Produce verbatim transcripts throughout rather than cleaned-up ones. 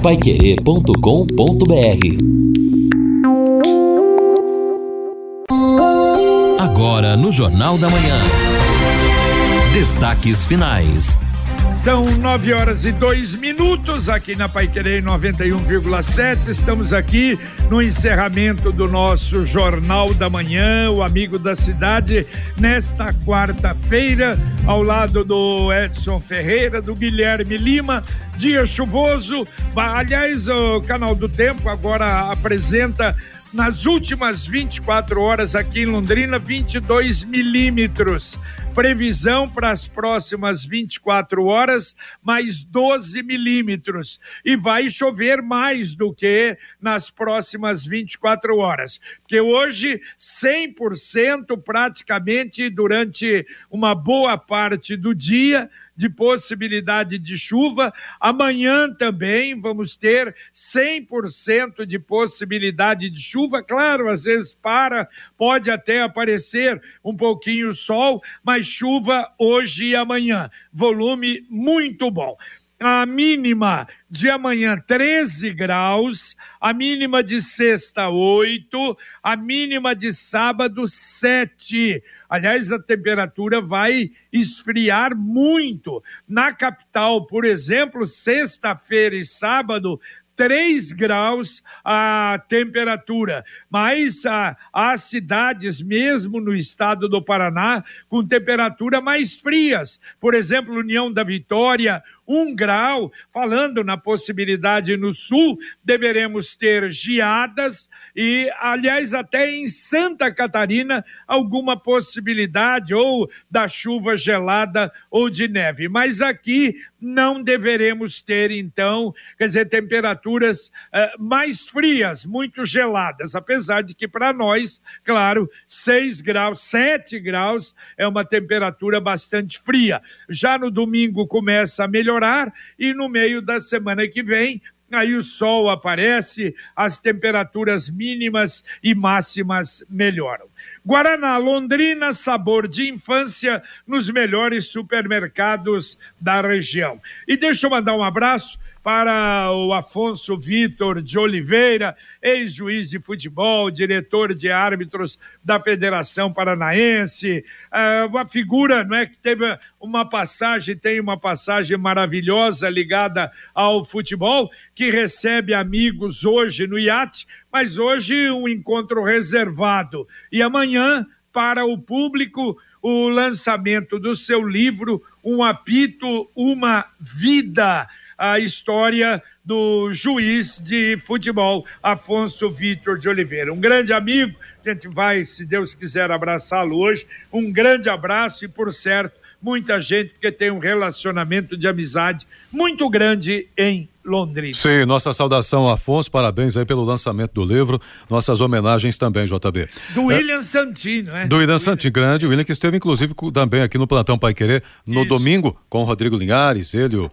paiquerê ponto com ponto br. Agora no Jornal da Manhã. Destaques finais. São nove horas e dois minutos aqui na Paiquerê noventa e um vírgula sete. Estamos aqui no encerramento do nosso Jornal da Manhã, o Amigo da Cidade, nesta quarta-feira, ao lado do Edson Ferreira, do Guilherme Lima. Dia chuvoso. Aliás, o Canal do Tempo agora apresenta, nas últimas vinte e quatro horas aqui em Londrina, vinte e dois milímetros. Previsão para as próximas vinte e quatro horas, mais doze milímetros. E vai chover mais do que nas próximas vinte e quatro horas. Porque hoje, cem por cento praticamente durante uma boa parte do dia de possibilidade de chuva. Amanhã também vamos ter cem por cento de possibilidade de chuva. Claro, às vezes para, pode até aparecer um pouquinho o sol, mas chuva hoje e amanhã. Volume muito bom. A mínima de amanhã treze graus, a mínima de sexta oito, a mínima de sábado sete. Aliás, a temperatura vai esfriar muito. Na capital, por exemplo, sexta-feira e sábado, três graus a temperatura, mas ah, há cidades mesmo no estado do Paraná com temperatura mais frias, por exemplo, União da Vitória, um grau. Falando na possibilidade no sul, deveremos ter geadas e, aliás, até em Santa Catarina, alguma possibilidade ou da chuva gelada ou de neve, mas aqui não deveremos ter, então, quer dizer, temperaturas uh, mais frias, muito geladas, apesar de que para nós, claro, seis graus, sete graus é uma temperatura bastante fria. Já no domingo começa a melhorar e no meio da semana que vem, aí o sol aparece, as temperaturas mínimas e máximas melhoram. Guaraná Londrina, sabor de infância nos melhores supermercados da região. E deixa eu mandar um abraço para o Afonso Vitor de Oliveira, ex-juiz de futebol, diretor de árbitros da Federação Paranaense, uh, uma figura, não é, que teve uma passagem, tem uma passagem maravilhosa ligada ao futebol, que recebe amigos hoje no iate, mas hoje um encontro reservado. E amanhã, para o público, o lançamento do seu livro, Um Apito, Uma Vida, a história do juiz de futebol, Afonso Vitor de Oliveira. Um grande amigo, a gente vai, se Deus quiser, abraçá-lo hoje. Um grande abraço e, por certo, muita gente que tem um relacionamento de amizade muito grande em Londrina. Sim, nossa saudação, Afonso, parabéns aí pelo lançamento do livro, nossas homenagens também, J B. Do William é, Santini, né? Do William Santini, grande William, que esteve inclusive também aqui no Plantão Paiquerê no Isso. domingo, com o Rodrigo Linhares, ele, o,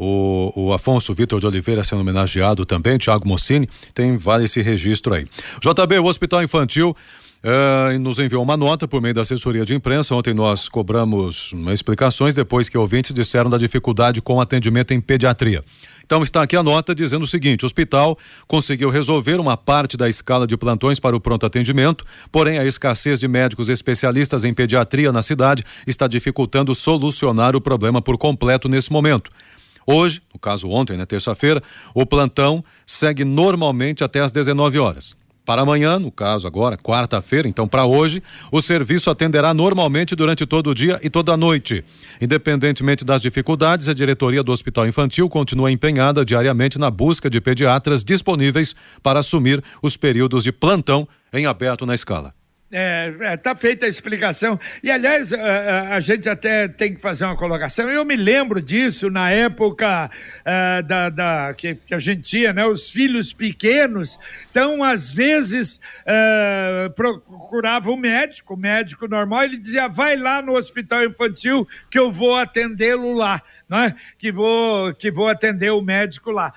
o, o Afonso Vitor de Oliveira sendo homenageado também, Thiago Mossini, tem vale esse registro aí. J B, o Hospital Infantil Uh, nos enviou uma nota por meio da assessoria de imprensa. Ontem nós cobramos uma explicações depois que ouvintes disseram da dificuldade com atendimento em pediatria. Então está aqui a nota dizendo o seguinte: o hospital conseguiu resolver uma parte da escala de plantões para o pronto atendimento, porém a escassez de médicos especialistas em pediatria na cidade está dificultando solucionar o problema por completo nesse momento. Hoje, no caso ontem, né, terça-feira, o plantão segue normalmente até às dezenove horas. Para amanhã, no caso agora, quarta-feira, então para hoje, o serviço atenderá normalmente durante todo o dia e toda a noite. Independentemente das dificuldades, a diretoria do Hospital Infantil continua empenhada diariamente na busca de pediatras disponíveis para assumir os períodos de plantão em aberto na escala. É, é, tá feita a explicação. E, aliás, a, a, a gente até tem que fazer uma colocação. Eu me lembro disso na época uh, da, da, que, que a gente tinha, né, os filhos pequenos. Então, às vezes, uh, procurava o médico, o médico normal, ele dizia, vai lá no hospital infantil que eu vou atendê-lo lá. não é? Que vou, que vou atender o médico lá.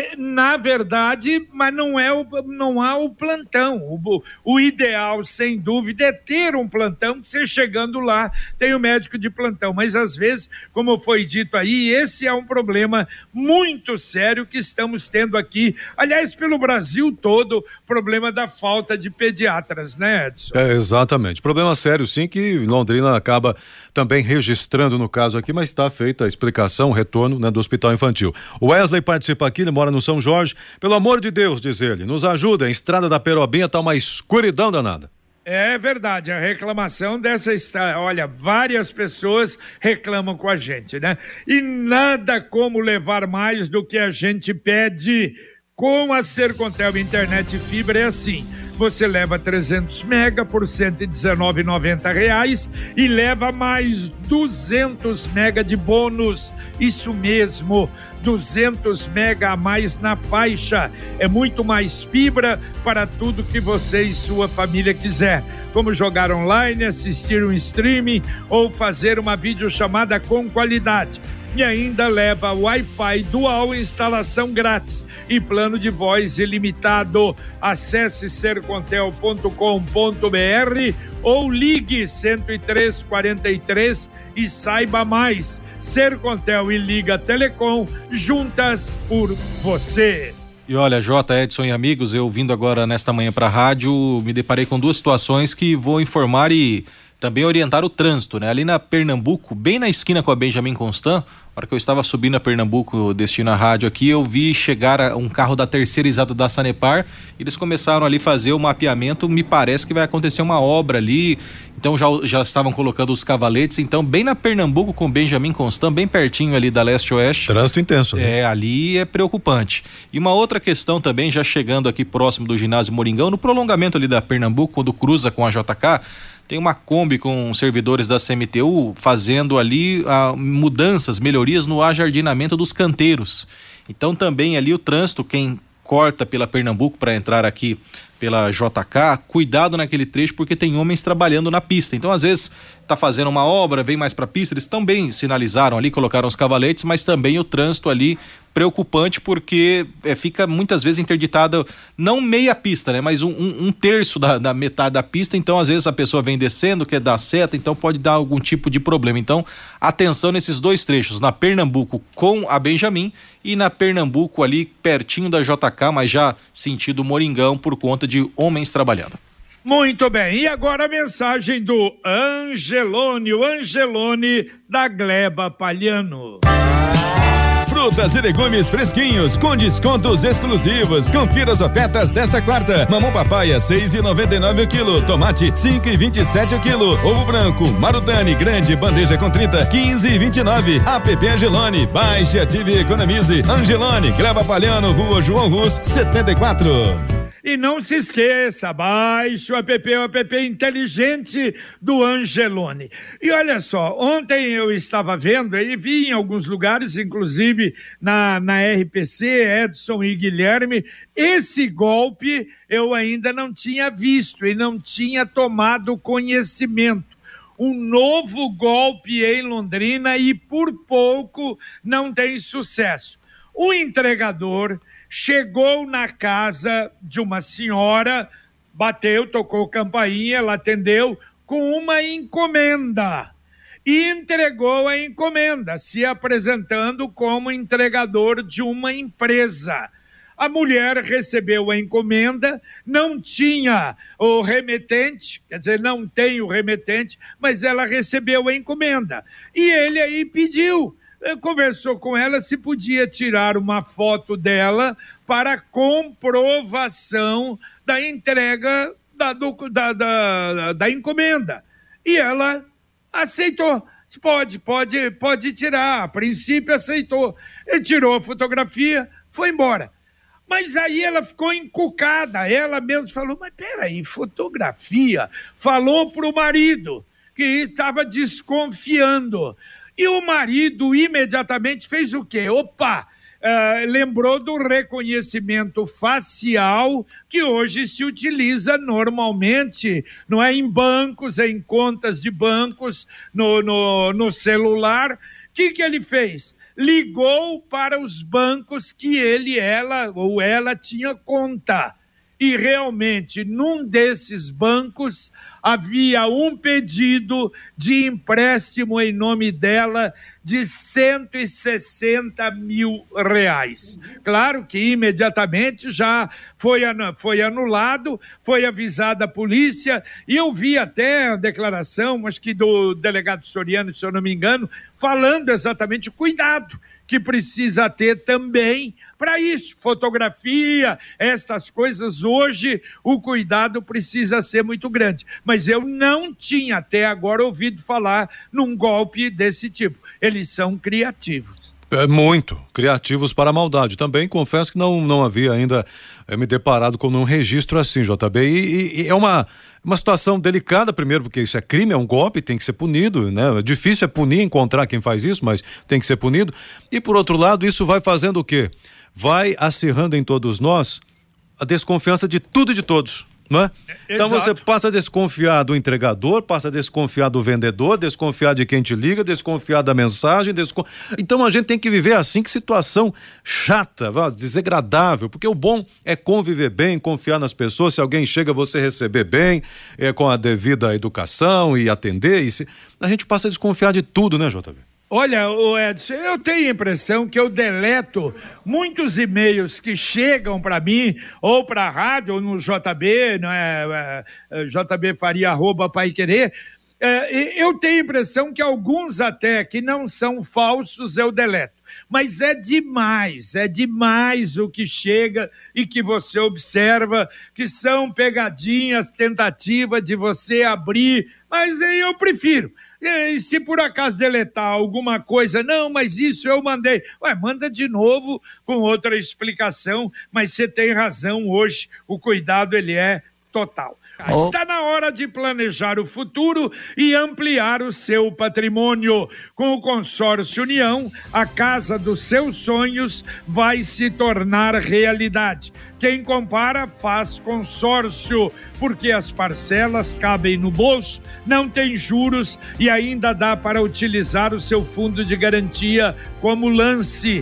Na verdade, mas não, é o, não há o plantão. O, o ideal, sem dúvida, é ter um plantão, que você chegando lá tem o médico de plantão. Mas, às vezes, como foi dito aí, esse é um problema muito sério que estamos tendo aqui. Aliás, pelo Brasil todo, problema da falta de pediatras, né, Edson? É, exatamente. Problema sério, sim, que Londrina acaba também registrando no caso aqui, mas está feita a explicação, o retorno, né, do hospital infantil. O Wesley participa aqui, ele mora no São Jorge. Pelo amor de Deus, diz ele, nos ajuda, a estrada da Perobinha tá uma escuridão danada. É verdade, a reclamação dessa estrada, olha, várias pessoas reclamam com a gente, né? E nada como levar mais do que a gente pede. Com a Sercontel Internet Fibra é assim, você leva trezentos mega por cento e dezenove reais e noventa centavos e leva mais duzentos mega de bônus, isso mesmo, duzentos mega a mais na faixa, é muito mais fibra para tudo que você e sua família quiser, como jogar online, assistir um streaming ou fazer uma videochamada com qualidade. E ainda leva Wi-Fi dual, instalação grátis e plano de voz ilimitado. Acesse sercontel ponto com ponto br ou ligue cento e três, quarenta e três e saiba mais. Sercontel e Liga Telecom, juntas por você. E olha, J, Edson e amigos, eu vindo agora nesta manhã para a rádio, me deparei com duas situações que vou informar e também orientar o trânsito, né? Ali na Pernambuco, bem na esquina com a Benjamin Constant, na hora que eu estava subindo a Pernambuco, destino à rádio aqui, eu vi chegar um carro da terceirizada da Sanepar, eles começaram ali a fazer o mapeamento, me parece que vai acontecer uma obra ali, então já, já estavam colocando os cavaletes, então bem na Pernambuco com Benjamin Constant, bem pertinho ali da Leste-Oeste. Trânsito intenso, né? É, ali é preocupante. E uma outra questão também, já chegando aqui próximo do ginásio Moringão, no prolongamento ali da Pernambuco, quando cruza com a J K, tem uma Kombi com servidores da C M T U fazendo ali ah, mudanças, melhorias no ajardinamento dos canteiros. Então também ali o trânsito, quem corta pela Pernambuco para entrar aqui pela J K, cuidado naquele trecho porque tem homens trabalhando na pista. Então às vezes tá fazendo uma obra, vem mais para a pista, eles também sinalizaram ali, colocaram os cavaletes, mas também o trânsito ali preocupante porque é, fica muitas vezes interditada, não meia pista, né, mas um, um, um terço da, da metade da pista, então às vezes a pessoa vem descendo, quer dar seta, então pode dar algum tipo de problema. Então atenção nesses dois trechos, na Pernambuco com a Benjamin e na Pernambuco ali pertinho da J K, mas já sentido Moringão por conta de homens trabalhando. Muito bem, e agora a mensagem do Angelone, o Angelone da Gleba Palhano. Frutas e legumes fresquinhos com descontos exclusivos. Confira as ofertas desta quarta. Mamão papaya seis reais e noventa e nove centavos o quilo. Tomate cinco reais e vinte e sete centavos o quilo. Ovo branco Marutani grande bandeja com trinta, quinze reais e vinte e nove centavos. App Angelone. Baixe, ative e economize. Angelone, Gleba Palhano, Rua João Rus, setenta e quatro. E não se esqueça, baixe o app, o app inteligente do Angelone. E olha só, ontem eu estava vendo e vi em alguns lugares, inclusive na, na R P C, Edson e Guilherme, esse golpe eu ainda não tinha visto e não tinha tomado conhecimento. Um novo golpe em Londrina e por pouco não tem sucesso. O entregador chegou na casa de uma senhora, bateu, tocou campainha, ela atendeu com uma encomenda e entregou a encomenda, se apresentando como entregador de uma empresa. A mulher recebeu a encomenda, não tinha o remetente, quer dizer, não tem o remetente, mas ela recebeu a encomenda. E ele aí pediu, conversou com ela se podia tirar uma foto dela para comprovação da entrega da, do, da, da, da encomenda. E ela aceitou. Pode, pode, pode tirar. A princípio aceitou. Ele tirou a fotografia, foi embora. Mas aí ela ficou encucada. Ela mesma falou, mas peraí, fotografia? Falou para o marido, que estava desconfiando. E o marido imediatamente fez o quê? Opa! Uh, lembrou do reconhecimento facial que hoje se utiliza normalmente, não é, em bancos, em contas de bancos, no, no, no celular. O que que ele fez? ligou para os bancos que ele, ela ou ela tinha conta. E realmente, num desses bancos, havia um pedido de empréstimo em nome dela de cento e sessenta mil reais. Claro que imediatamente já foi, foi anulado, foi avisada a polícia, e eu vi até a declaração, acho que do delegado Soriano, se eu não me engano, falando exatamente o cuidado que precisa ter também para isso. Fotografia, estas coisas, hoje o cuidado precisa ser muito grande. Mas eu não tinha até agora ouvido falar num golpe desse tipo. Eles são criativos. É muito criativos para a maldade. Também confesso que não, não havia ainda é, me deparado com um registro assim, J B. E, e, e é uma, uma situação delicada, primeiro, porque isso é crime, é um golpe, tem que ser punido, né? É difícil é punir, encontrar quem faz isso, mas tem que ser punido. E por outro lado, isso vai fazendo o quê? Vai acirrando em todos nós a desconfiança de tudo e de todos. Não é? Então Exato. Você passa a desconfiar do entregador, passa a desconfiar do vendedor, desconfiar de quem te liga, desconfiar da mensagem, descon... então a gente tem que viver assim, que situação chata, desagradável, porque o bom é conviver bem, confiar nas pessoas, se alguém chega você receber bem, é, com a devida educação e atender, e se... a gente passa a desconfiar de tudo, né, J B? Olha, o Edson, eu tenho a impressão que eu deleto muitos e-mails que chegam para mim, ou para a rádio, ou no J B, não é, é, jbfaria arroba paiquerê, é, eu tenho a impressão que alguns até que não são falsos eu deleto. Mas é demais, é demais o que chega e que você observa, que são pegadinhas, tentativa de você abrir, mas eu prefiro. E se por acaso deletar alguma coisa, não, mas isso eu mandei. Ué, manda de novo com outra explicação, mas você tem razão, hoje o cuidado ele é total. Oh. Está na hora de planejar o futuro e ampliar o seu patrimônio. Com o Consórcio União, a casa dos seus sonhos vai se tornar realidade. Quem compara faz consórcio, porque as parcelas cabem no bolso, não tem juros e ainda dá para utilizar o seu fundo de garantia como lance.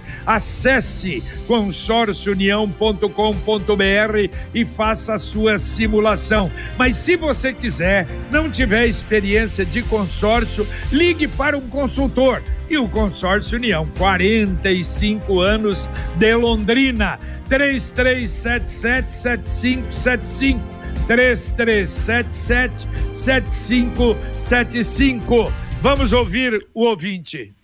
Acesse consórcio união ponto com ponto br e faça a sua simulação. Mas se você quiser, não tiver experiência de consórcio, ligue para um consultor. E o Consórcio União, quarenta e cinco anos de Londrina, três três sete sete, sete cinco sete cinco, três três sete sete, sete cinco sete cinco. Vamos ouvir o ouvinte.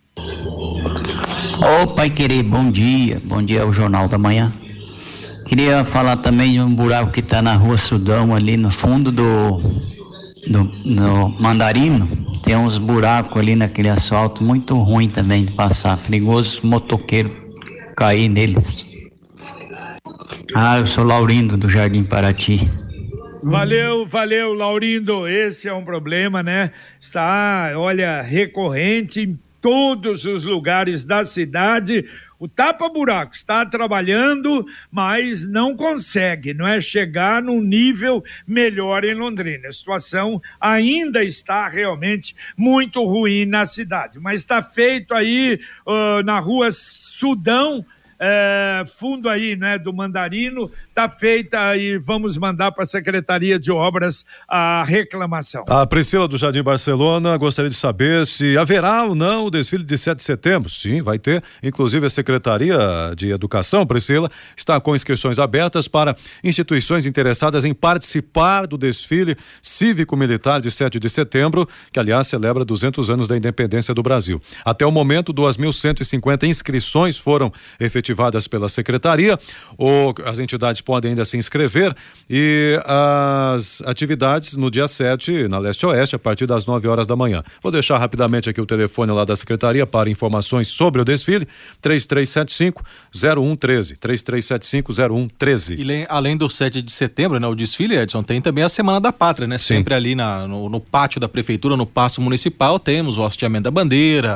Ô Pai Querer, bom dia, bom dia ao Jornal da Manhã. Queria falar também de um buraco que está na Rua Sudão, ali no fundo do, do, do Mandarino. Tem uns buracos ali naquele asfalto, muito ruim também de passar, perigoso motoqueiro cair neles. Ah, eu sou Laurindo, do Jardim Paraty. Valeu, valeu, Laurindo. Esse é um problema, né? Está, olha, recorrente em todos os lugares da cidade. O tapa-buraco está trabalhando, mas não consegue, não é, chegar num nível melhor em Londrina. A situação ainda está realmente muito ruim na cidade, mas está feito aí uh, na Rua Sudão, É, fundo aí, né, do Mandarino, tá feita e vamos mandar para a Secretaria de Obras a reclamação. A Priscila do Jardim Barcelona gostaria de saber se haverá ou não o desfile de sete de setembro. Sim, vai ter. Inclusive a Secretaria de Educação, Priscila, está com inscrições abertas para instituições interessadas em participar do desfile cívico-militar de sete de setembro, que aliás celebra duzentos anos da independência do Brasil. Até o momento, duas mil cento e cinquenta inscrições foram efetivadas pela Secretaria, ou as entidades podem ainda se inscrever, e as atividades no dia sete, na Leste-Oeste, a partir das nove horas da manhã. Vou deixar rapidamente aqui o telefone lá da Secretaria para informações sobre o desfile, três três sete cinco, zero um um três, três três sete cinco, zero um um três. E além do sete de setembro, né, o desfile, Edson, tem também a Semana da Pátria, né? Sim. Sempre ali na, no, no pátio da Prefeitura, no Paço Municipal, temos o hasteamento da bandeira,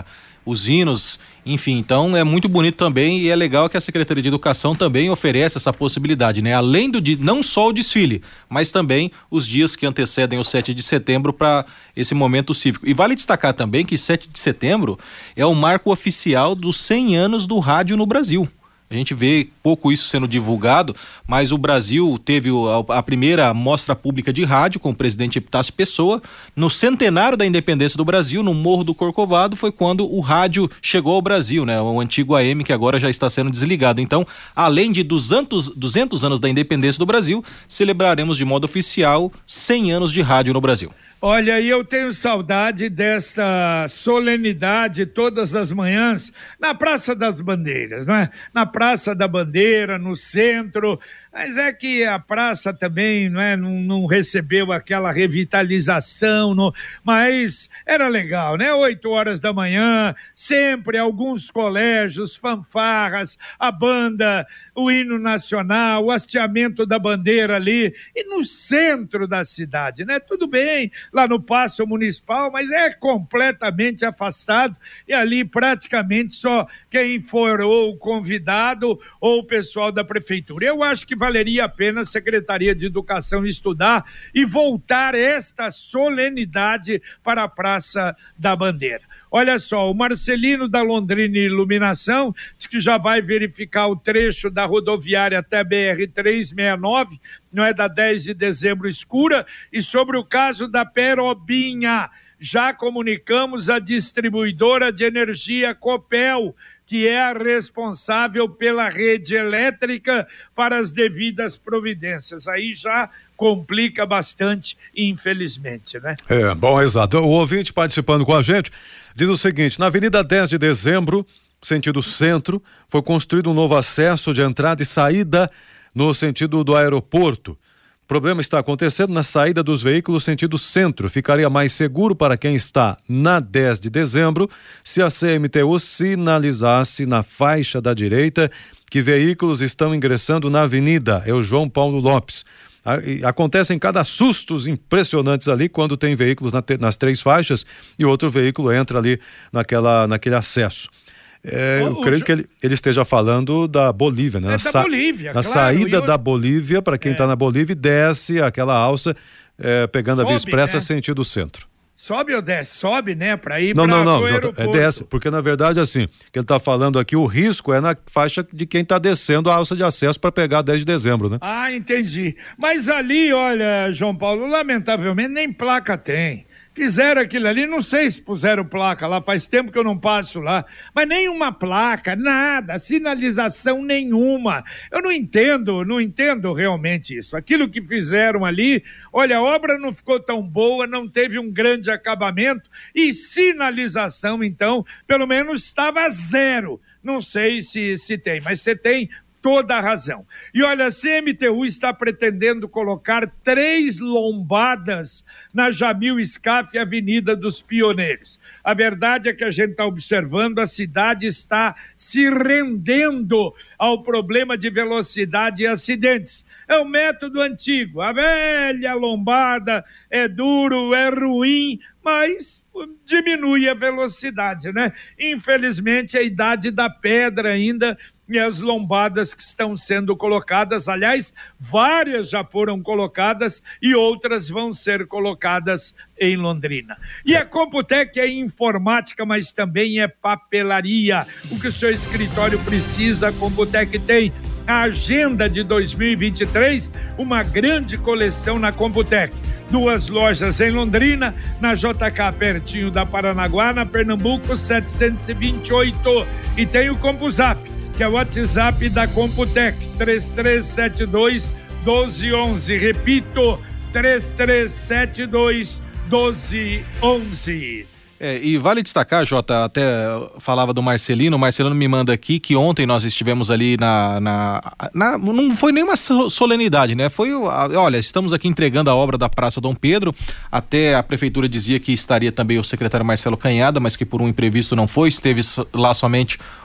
os hinos, enfim, então é muito bonito também e é legal que a Secretaria de Educação também oferece essa possibilidade, né? Além do de não só o desfile, mas também os dias que antecedem o sete de setembro para esse momento cívico. E vale destacar também que sete de setembro é o marco oficial dos cem anos do rádio no Brasil. A gente vê pouco isso sendo divulgado, mas o Brasil teve a, a primeira mostra pública de rádio com o presidente Epitácio Pessoa. No centenário da independência do Brasil, no Morro do Corcovado, foi quando o rádio chegou ao Brasil, né? O antigo A M, que agora já está sendo desligado. Então, além de duzentos, duzentos anos da independência do Brasil, celebraremos de modo oficial cem anos de rádio no Brasil. Olha, e eu tenho saudade desta solenidade todas as manhãs na Praça das Bandeiras, não é? Na Praça da Bandeira, no centro, mas é que a praça também não, é, não, não recebeu aquela revitalização, não, mas era legal, né? Oito horas da manhã, sempre alguns colégios, fanfarras, a banda, o hino nacional, o hasteamento da bandeira ali, e no centro da cidade, né? Tudo bem, lá no Paço Municipal, mas é completamente afastado e ali praticamente só quem for ou o convidado ou o pessoal da prefeitura. Eu acho que valeria a pena a Secretaria de Educação estudar e voltar esta solenidade para a Praça da Bandeira. Olha só, o Marcelino da Londrina Iluminação diz que já vai verificar o trecho da rodoviária até B R trezentos e sessenta e nove, não é, da dez de dezembro escura, e sobre o caso da Perobinha, já comunicamos a distribuidora de energia Copel, que é a responsável pela rede elétrica para as devidas providências. Aí já complica bastante, infelizmente, né? É, bom, exato. O ouvinte participando com a gente diz o seguinte: na Avenida dez de dezembro, sentido centro, foi construído um novo acesso de entrada e saída no sentido do aeroporto. O problema está acontecendo na saída dos veículos sentido centro. Ficaria mais seguro para quem está na dez de dezembro se a C M T U sinalizasse na faixa da direita que veículos estão ingressando na avenida. É o João Paulo Lopes. Acontecem cada sustos impressionantes ali quando tem veículos na te, nas três faixas e outro veículo entra ali naquela, naquele acesso. É, eu o, creio o... que ele, ele esteja falando da Bolívia, né? É na da sa... Bolívia, na claro. saída eu... da Bolívia, para quem está é. na Bolívia, desce aquela alça, é, pegando Sobe, a Via Expressa, né? Sentido centro. Sobe ou desce? Sobe, né? Para ir para o aeroporto. Não, não, não, é desce, porque na verdade assim, que ele está falando aqui, o risco é na faixa de quem está descendo a alça de acesso para pegar dez de dezembro, né? Ah, entendi. Mas ali, olha, João Paulo, lamentavelmente nem placa tem. Fizeram aquilo ali, não sei se puseram placa lá, faz tempo que eu não passo lá, mas nenhuma placa, nada, sinalização nenhuma. Eu não entendo, não entendo realmente isso. Aquilo que fizeram ali, olha, a obra não ficou tão boa, não teve um grande acabamento e sinalização, então, pelo menos estava zero. Não sei se, se tem, mas você tem toda a razão. E olha, a C M T U está pretendendo colocar três lombadas na Jamil Scaff, Avenida dos Pioneiros. A verdade é que a gente está observando, a cidade está se rendendo ao problema de velocidade e acidentes. É o método antigo, a velha lombada, é duro, é ruim, mas diminui a velocidade, né? Infelizmente, a idade da pedra ainda e as lombadas que estão sendo colocadas, aliás, várias já foram colocadas e outras vão ser colocadas em Londrina. E a Computec é informática, mas também é papelaria. O que o seu escritório precisa, a Computec tem. A agenda de dois mil e vinte e três, uma grande coleção na Computec. Duas lojas em Londrina, na J K, pertinho da Paranaguá, na Pernambuco setecentos e vinte e oito. E tem o CompuZap, que é o WhatsApp da Computec, três três sete dois, um dois um um. Repito, três três sete dois, um dois um um. É, e vale destacar, Jota, até falava do Marcelino, o Marcelino me manda aqui que ontem nós estivemos ali na, na, na não foi nenhuma solenidade, né? Foi, olha, estamos aqui entregando a obra da Praça Dom Pedro, até a prefeitura dizia que estaria também o secretário Marcelo Canhada, mas que por um imprevisto não foi, esteve lá somente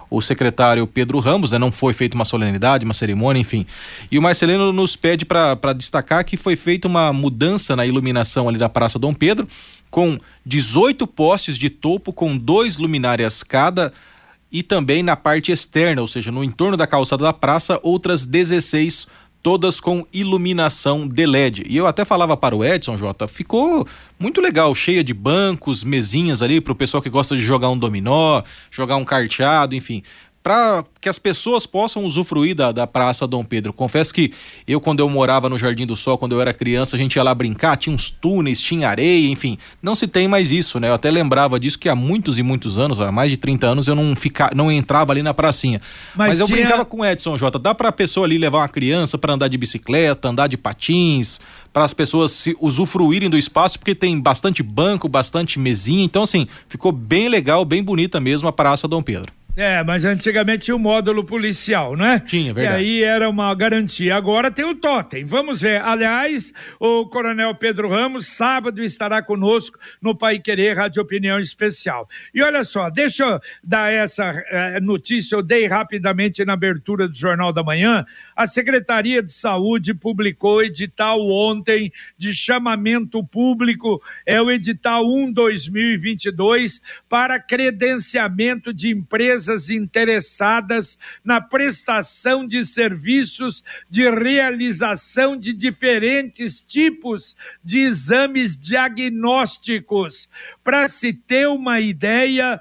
o secretário Pedro Ramos, né? Não foi feita uma solenidade, uma cerimônia, enfim. E o Marcelino nos pede para destacar que foi feita uma mudança na iluminação ali da Praça Dom Pedro, com dezoito postes de topo com dois luminárias cada, e também na parte externa, ou seja, no entorno da calçada da praça, outras dezesseis, todas com iluminação de L E D. E eu até falava para o Edson, Jota, ficou muito legal, cheia de bancos, mesinhas ali para o pessoal que gosta de jogar um dominó, jogar um carteado, enfim, para que as pessoas possam usufruir da, da Praça Dom Pedro. Confesso que eu, quando eu morava no Jardim do Sol, quando eu era criança, a gente ia lá brincar, tinha uns túneis, tinha areia, enfim, não se tem mais isso, né? Eu até lembrava disso, que há muitos e muitos anos, há mais de trinta anos, eu não, fica, não entrava ali na pracinha. Mas, Mas eu tinha... brincava com o Edson, Jota, dá pra pessoa ali levar uma criança para andar de bicicleta, andar de patins, para as pessoas se usufruírem do espaço, porque tem bastante banco, bastante mesinha, então assim, ficou bem legal, bem bonita mesmo a Praça Dom Pedro. É, mas antigamente tinha o módulo policial, né? Tinha, verdade. E aí era uma garantia. Agora tem o totem. Vamos ver. Aliás, o Coronel Pedro Ramos, sábado, estará conosco no Pai Querer Rádio Opinião Especial. E olha só, deixa eu dar essa uh, notícia, eu dei rapidamente na abertura do Jornal da Manhã. A Secretaria de Saúde publicou edital ontem de chamamento público, é o edital um dois mil e vinte e dois, para credenciamento de empresas interessadas na prestação de serviços de realização de diferentes tipos de exames diagnósticos. Para se ter uma ideia,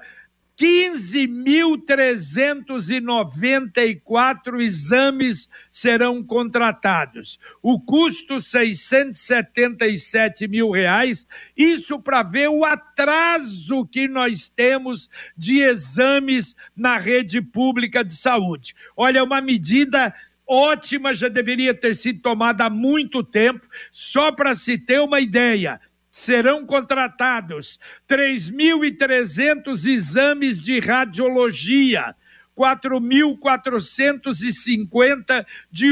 quinze mil trezentos e noventa e quatro exames serão contratados. O custo, seiscentos e setenta e sete mil reais. Isso para ver o atraso que nós temos de exames na rede pública de saúde. Olha, uma medida ótima, já deveria ter sido tomada há muito tempo. Só para se ter uma ideia, serão contratados três mil e trezentos exames de radiologia, quatro mil quatrocentos e cinquenta de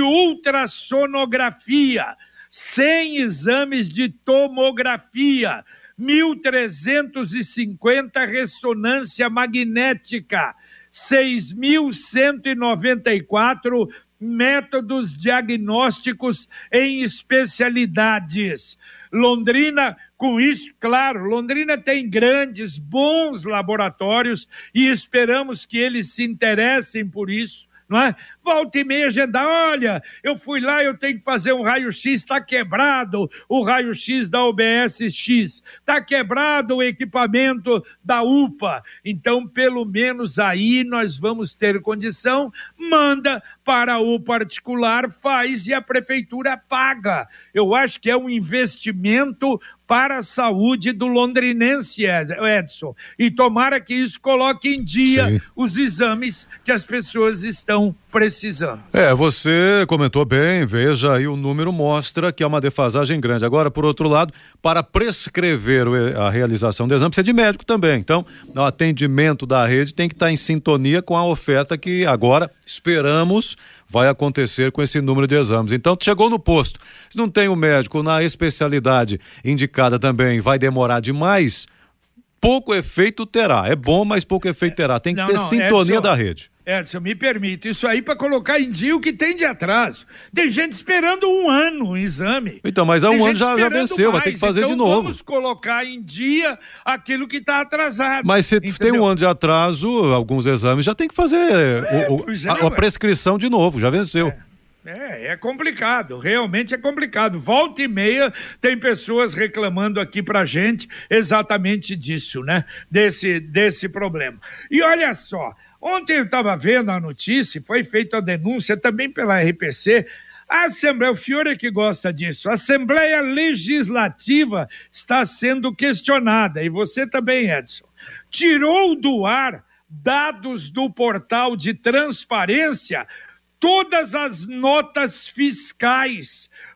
ultrassonografia, cem exames de tomografia, mil trezentos e cinquenta ressonância magnética, seis mil cento e noventa e quatro métodos diagnósticos em especialidades. Londrina, com isso, claro, Londrina tem grandes, bons laboratórios e esperamos que eles se interessem por isso, não é? Volta e meia, agenda, olha, eu fui lá, eu tenho que fazer um raio-x, está quebrado o raio-x da O B S X, está quebrado o equipamento da U P A, então pelo menos aí nós vamos ter condição, manda para o particular, faz e a prefeitura paga. Eu acho que é um investimento para a saúde do londrinense, Edson, e tomara que isso coloque em dia Sim. os exames que as pessoas estão precisando. É, você comentou bem, veja aí o número mostra que há uma defasagem grande. Agora, por outro lado, para prescrever a realização do exame, precisa de médico também. Então, o atendimento da rede tem que estar em sintonia com a oferta que agora esperamos vai acontecer com esse número de exames. Então, chegou no posto, se não tem o médico na especialidade indicada também, vai demorar demais, pouco efeito terá. É bom, mas pouco efeito terá. Tem que não, ter não, sintonia Edson, da rede. Edson, me permite, isso aí para colocar em dia o que tem de atraso. Tem gente esperando um ano o exame. Então, mas há um ano já, já venceu, mais. Vai ter que fazer então, de novo. Vamos colocar em dia aquilo que está atrasado. Mas se entendeu? Tem um ano de atraso, alguns exames já tem que fazer é, o, o, a, a prescrição de novo, já venceu. É. É, é complicado, realmente é complicado. Volta e meia tem pessoas reclamando aqui pra gente exatamente disso, né? Desse, desse problema. E olha só, ontem eu estava vendo a notícia, foi feita a denúncia também pela R P C, a Assembleia, o Fiore que gosta disso, a Assembleia Legislativa está sendo questionada, e você também, Edson, tirou do ar dados do portal de transparência todas as notas fiscais,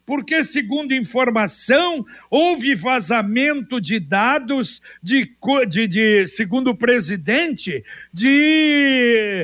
porque, segundo informação, houve vazamento de dados, de, de, de segundo o presidente, de,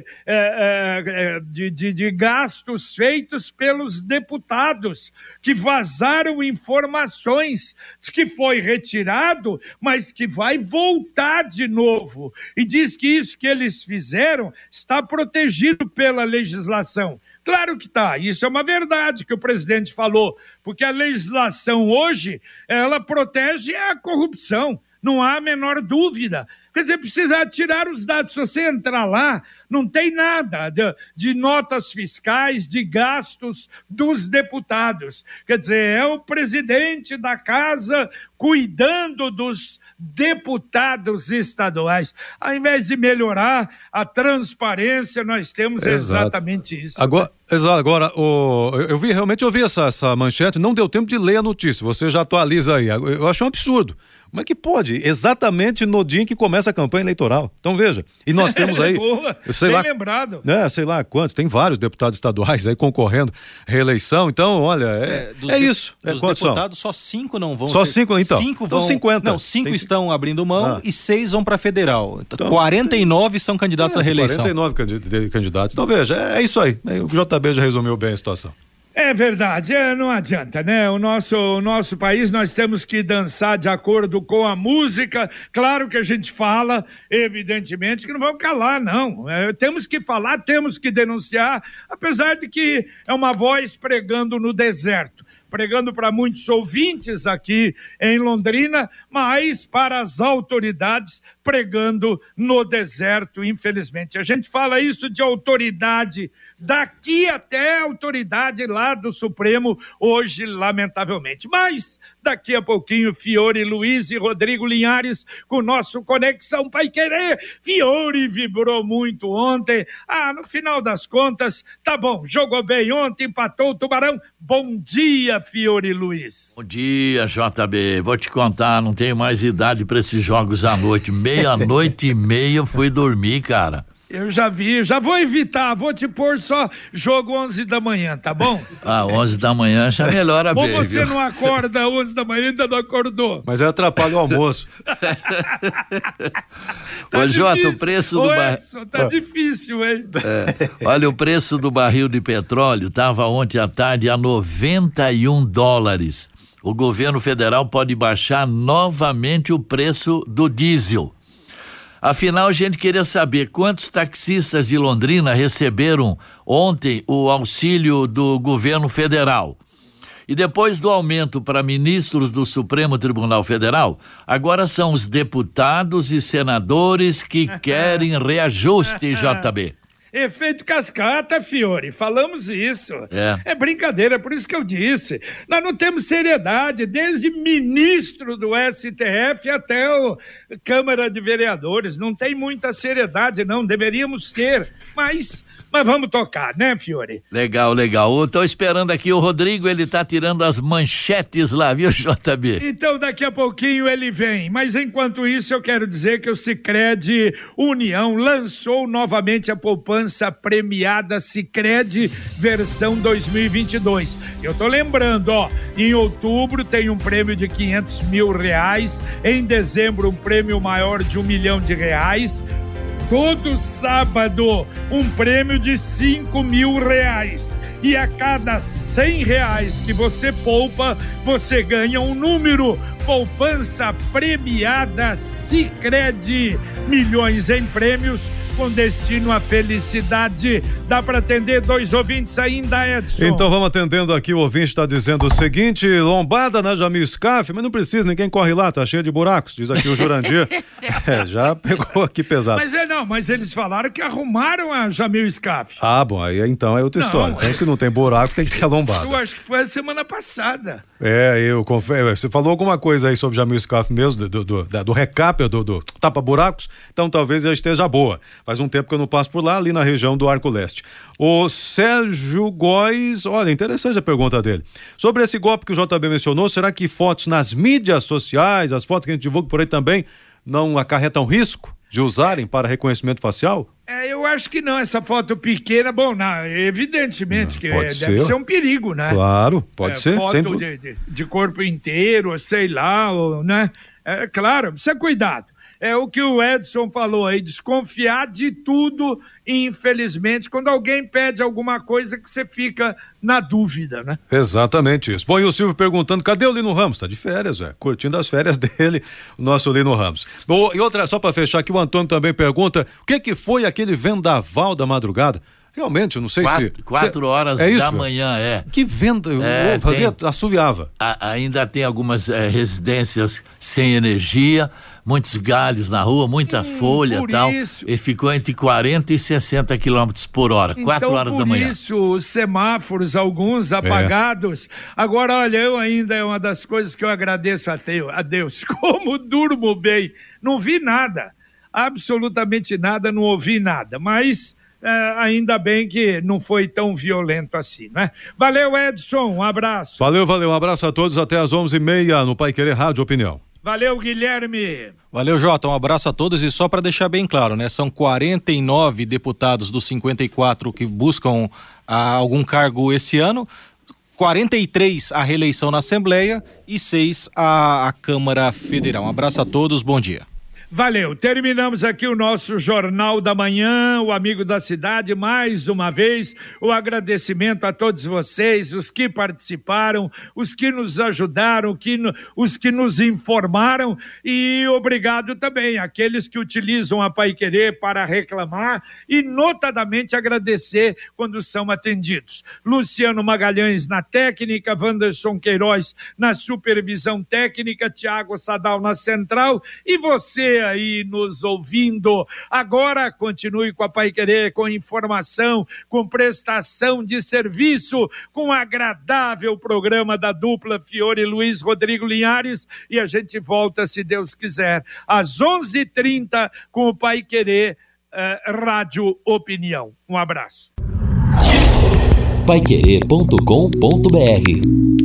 é, de, de, de gastos feitos pelos deputados, que vazaram informações, que foi retirado, mas que vai voltar de novo. E diz que isso que eles fizeram está protegido pela legislação. Claro que está, isso é uma verdade que o presidente falou, porque a legislação hoje, ela protege a corrupção, não há a menor dúvida. Quer dizer, precisa tirar os dados. Se você entrar lá, não tem nada de, de notas fiscais, de gastos dos deputados. Quer dizer, é o presidente da casa cuidando dos deputados estaduais. Ao invés de melhorar a transparência, nós temos Exato. exatamente isso. Agora, exato, agora o, eu vi, realmente eu vi essa, essa manchete, não deu tempo de ler a notícia, você já atualiza aí. Eu acho um absurdo. Como é que pode? Exatamente no dia em que começa a campanha eleitoral. Então veja, e nós temos aí, Boa, eu sei bem lá, lembrado. Né, sei lá quantos, tem vários deputados estaduais aí concorrendo reeleição, então olha, é, é, é isso. Dos é, deputados, só cinco não vão Só ser, cinco então? Cinco então vão, cinquenta. Não, cinco tem... estão abrindo mão ah. e seis vão para federal. Então, então, quarenta e nove são candidatos é, à reeleição. quarenta e nove candidatos. Então veja, é, é isso aí. O J B já resumiu bem a situação. É verdade, é, não adianta, né? O nosso, o nosso país, nós temos que dançar de acordo com a música. Claro que a gente fala, evidentemente, que não vamos calar, não. É, temos que falar, temos que denunciar, apesar de que é uma voz pregando no deserto. Pregando para muitos ouvintes aqui em Londrina, mas para as autoridades pregando no deserto, infelizmente. A gente fala isso de autoridade daqui até a autoridade lá do Supremo, hoje, lamentavelmente. Mas, daqui a pouquinho, Fiore Luiz e Rodrigo Linhares com o nosso Conexão Paiquerê. Fiore vibrou muito ontem. Ah, no final das contas, tá bom, jogou bem ontem, empatou o Tubarão. Bom dia, Fiore Luiz. Bom dia, J B. Vou te contar, não tenho mais idade para esses jogos à noite. Meia-noite e meia eu fui dormir, cara. Eu já vi, já vou evitar, vou te pôr só jogo onze da manhã, tá bom? Ah, onze da manhã já melhora bem. Ou você viu? não acorda onze da manhã, ainda não acordou. Mas aí atrapalha o almoço. Tá Ô, Jota, o preço do barril... Tá ah. difícil, hein? É. Olha, o preço do barril de petróleo estava ontem à tarde a noventa e um dólares. O governo federal pode baixar novamente o preço do diesel. Afinal, a gente queria saber quantos taxistas de Londrina receberam ontem o auxílio do governo federal. E depois do aumento para ministros do Supremo Tribunal Federal, agora são os deputados e senadores que querem reajuste, J B. Efeito cascata, Fiore, falamos isso. É. É brincadeira, por isso que eu disse. Nós não temos seriedade, desde ministro do S T F até o Câmara de Vereadores. Não tem muita seriedade, não. Deveríamos ter, mas... Mas vamos tocar, né, Fiore? Legal, legal. Eu tô esperando aqui o Rodrigo, ele tá tirando as manchetes lá, viu, J B? Então daqui a pouquinho ele vem. Mas enquanto isso eu quero dizer que o Sicredi União lançou novamente a poupança premiada Sicredi versão dois mil e vinte e dois. Eu tô lembrando, ó, em outubro tem um prêmio de quinhentos mil reais, em dezembro um prêmio maior de um milhão de reais. Todo sábado, um prêmio de cinco mil reais. E a cada cem reais que você poupa, você ganha um número. Poupança premiada Sicredi. Milhões em prêmios com destino à felicidade. Dá para atender dois ouvintes ainda, Edson? Então vamos atendendo aqui, o ouvinte está dizendo o seguinte: lombada na Jamil Scaff, mas não precisa, ninguém corre lá, tá cheio de buracos, diz aqui o Jurandir. É, já pegou aqui pesado. Mas é não, mas eles falaram que arrumaram a Jamil Scaff. Ah, bom, aí então é outra não, história. Então se não tem buraco, tem que ter a lombada. Eu acho que foi a semana passada. É, eu confesso, você falou alguma coisa aí sobre Jamil Scaff mesmo, do, do, do, do recap, do, do tapa-buracos, então talvez já esteja boa. Faz um tempo que eu não passo por lá, ali na região do Arco Leste. O Sérgio Góes, olha, interessante a pergunta dele. Sobre esse golpe que o J B mencionou, será que fotos nas mídias sociais, as fotos que a gente divulga por aí também, não acarretam risco? de usarem para reconhecimento facial? É, eu acho que não, essa foto pequena, bom, não, evidentemente não, que é, deve ser um perigo, né? Claro, pode é, ser. Foto de, de, de corpo inteiro, sei lá, ou, né? É, claro, precisa cuidado. É o que o Edson falou aí, desconfiar de tudo, infelizmente, quando alguém pede alguma coisa que você fica na dúvida, né? Exatamente isso. Bom, e o Silvio perguntando, cadê o Lino Ramos? Tá de férias, velho, curtindo as férias dele, o nosso Lino Ramos. Bom, e outra, só para fechar aqui, o Antônio também pergunta, o que que foi aquele vendaval da madrugada? Realmente, eu não sei quatro, se... Quatro se, horas é isso, da velho? manhã, é. Que venda, é, fazia, tem, assoviava. A, ainda tem algumas é, residências sem energia, muitos galhos na rua, muita hum, folha e tal, isso. E ficou entre quarenta e sessenta quilômetros por hora, então, quatro horas da manhã. Por isso, os semáforos, alguns apagados. É. Agora, olha, eu ainda, é uma das coisas que eu agradeço a Deus, a Deus, como durmo bem, não vi nada, absolutamente nada, não ouvi nada, mas... É, ainda bem que não foi tão violento assim, né? Valeu, Edson, um abraço. Valeu, valeu, um abraço a todos, até às onze e meia no Paiquerê Rádio Opinião. Valeu, Guilherme. Valeu, Jota, um abraço a todos e só para deixar bem claro, né? São quarenta e nove deputados dos cinquenta e quatro que buscam ah, algum cargo esse ano, quarenta e três a reeleição na Assembleia e seis a, a Câmara Federal. Um abraço a todos, bom dia. Valeu, terminamos aqui o nosso Jornal da Manhã, o Amigo da Cidade, mais uma vez, o agradecimento a todos vocês, os que participaram, os que nos ajudaram, que, os que nos informaram e obrigado também àqueles que utilizam a Paiquerê para reclamar e notadamente agradecer quando são atendidos. Luciano Magalhães na técnica, Wanderson Queiroz na supervisão técnica, Tiago Sadal na central e você aí nos ouvindo. Agora continue com a Paiquerê, com informação, com prestação de serviço, com agradável programa da dupla Fiore e Luiz Rodrigo Linhares e a gente volta, se Deus quiser, às onze e trinta com o Paiquerê eh, Rádio Opinião. Um abraço. paiquerê ponto com ponto br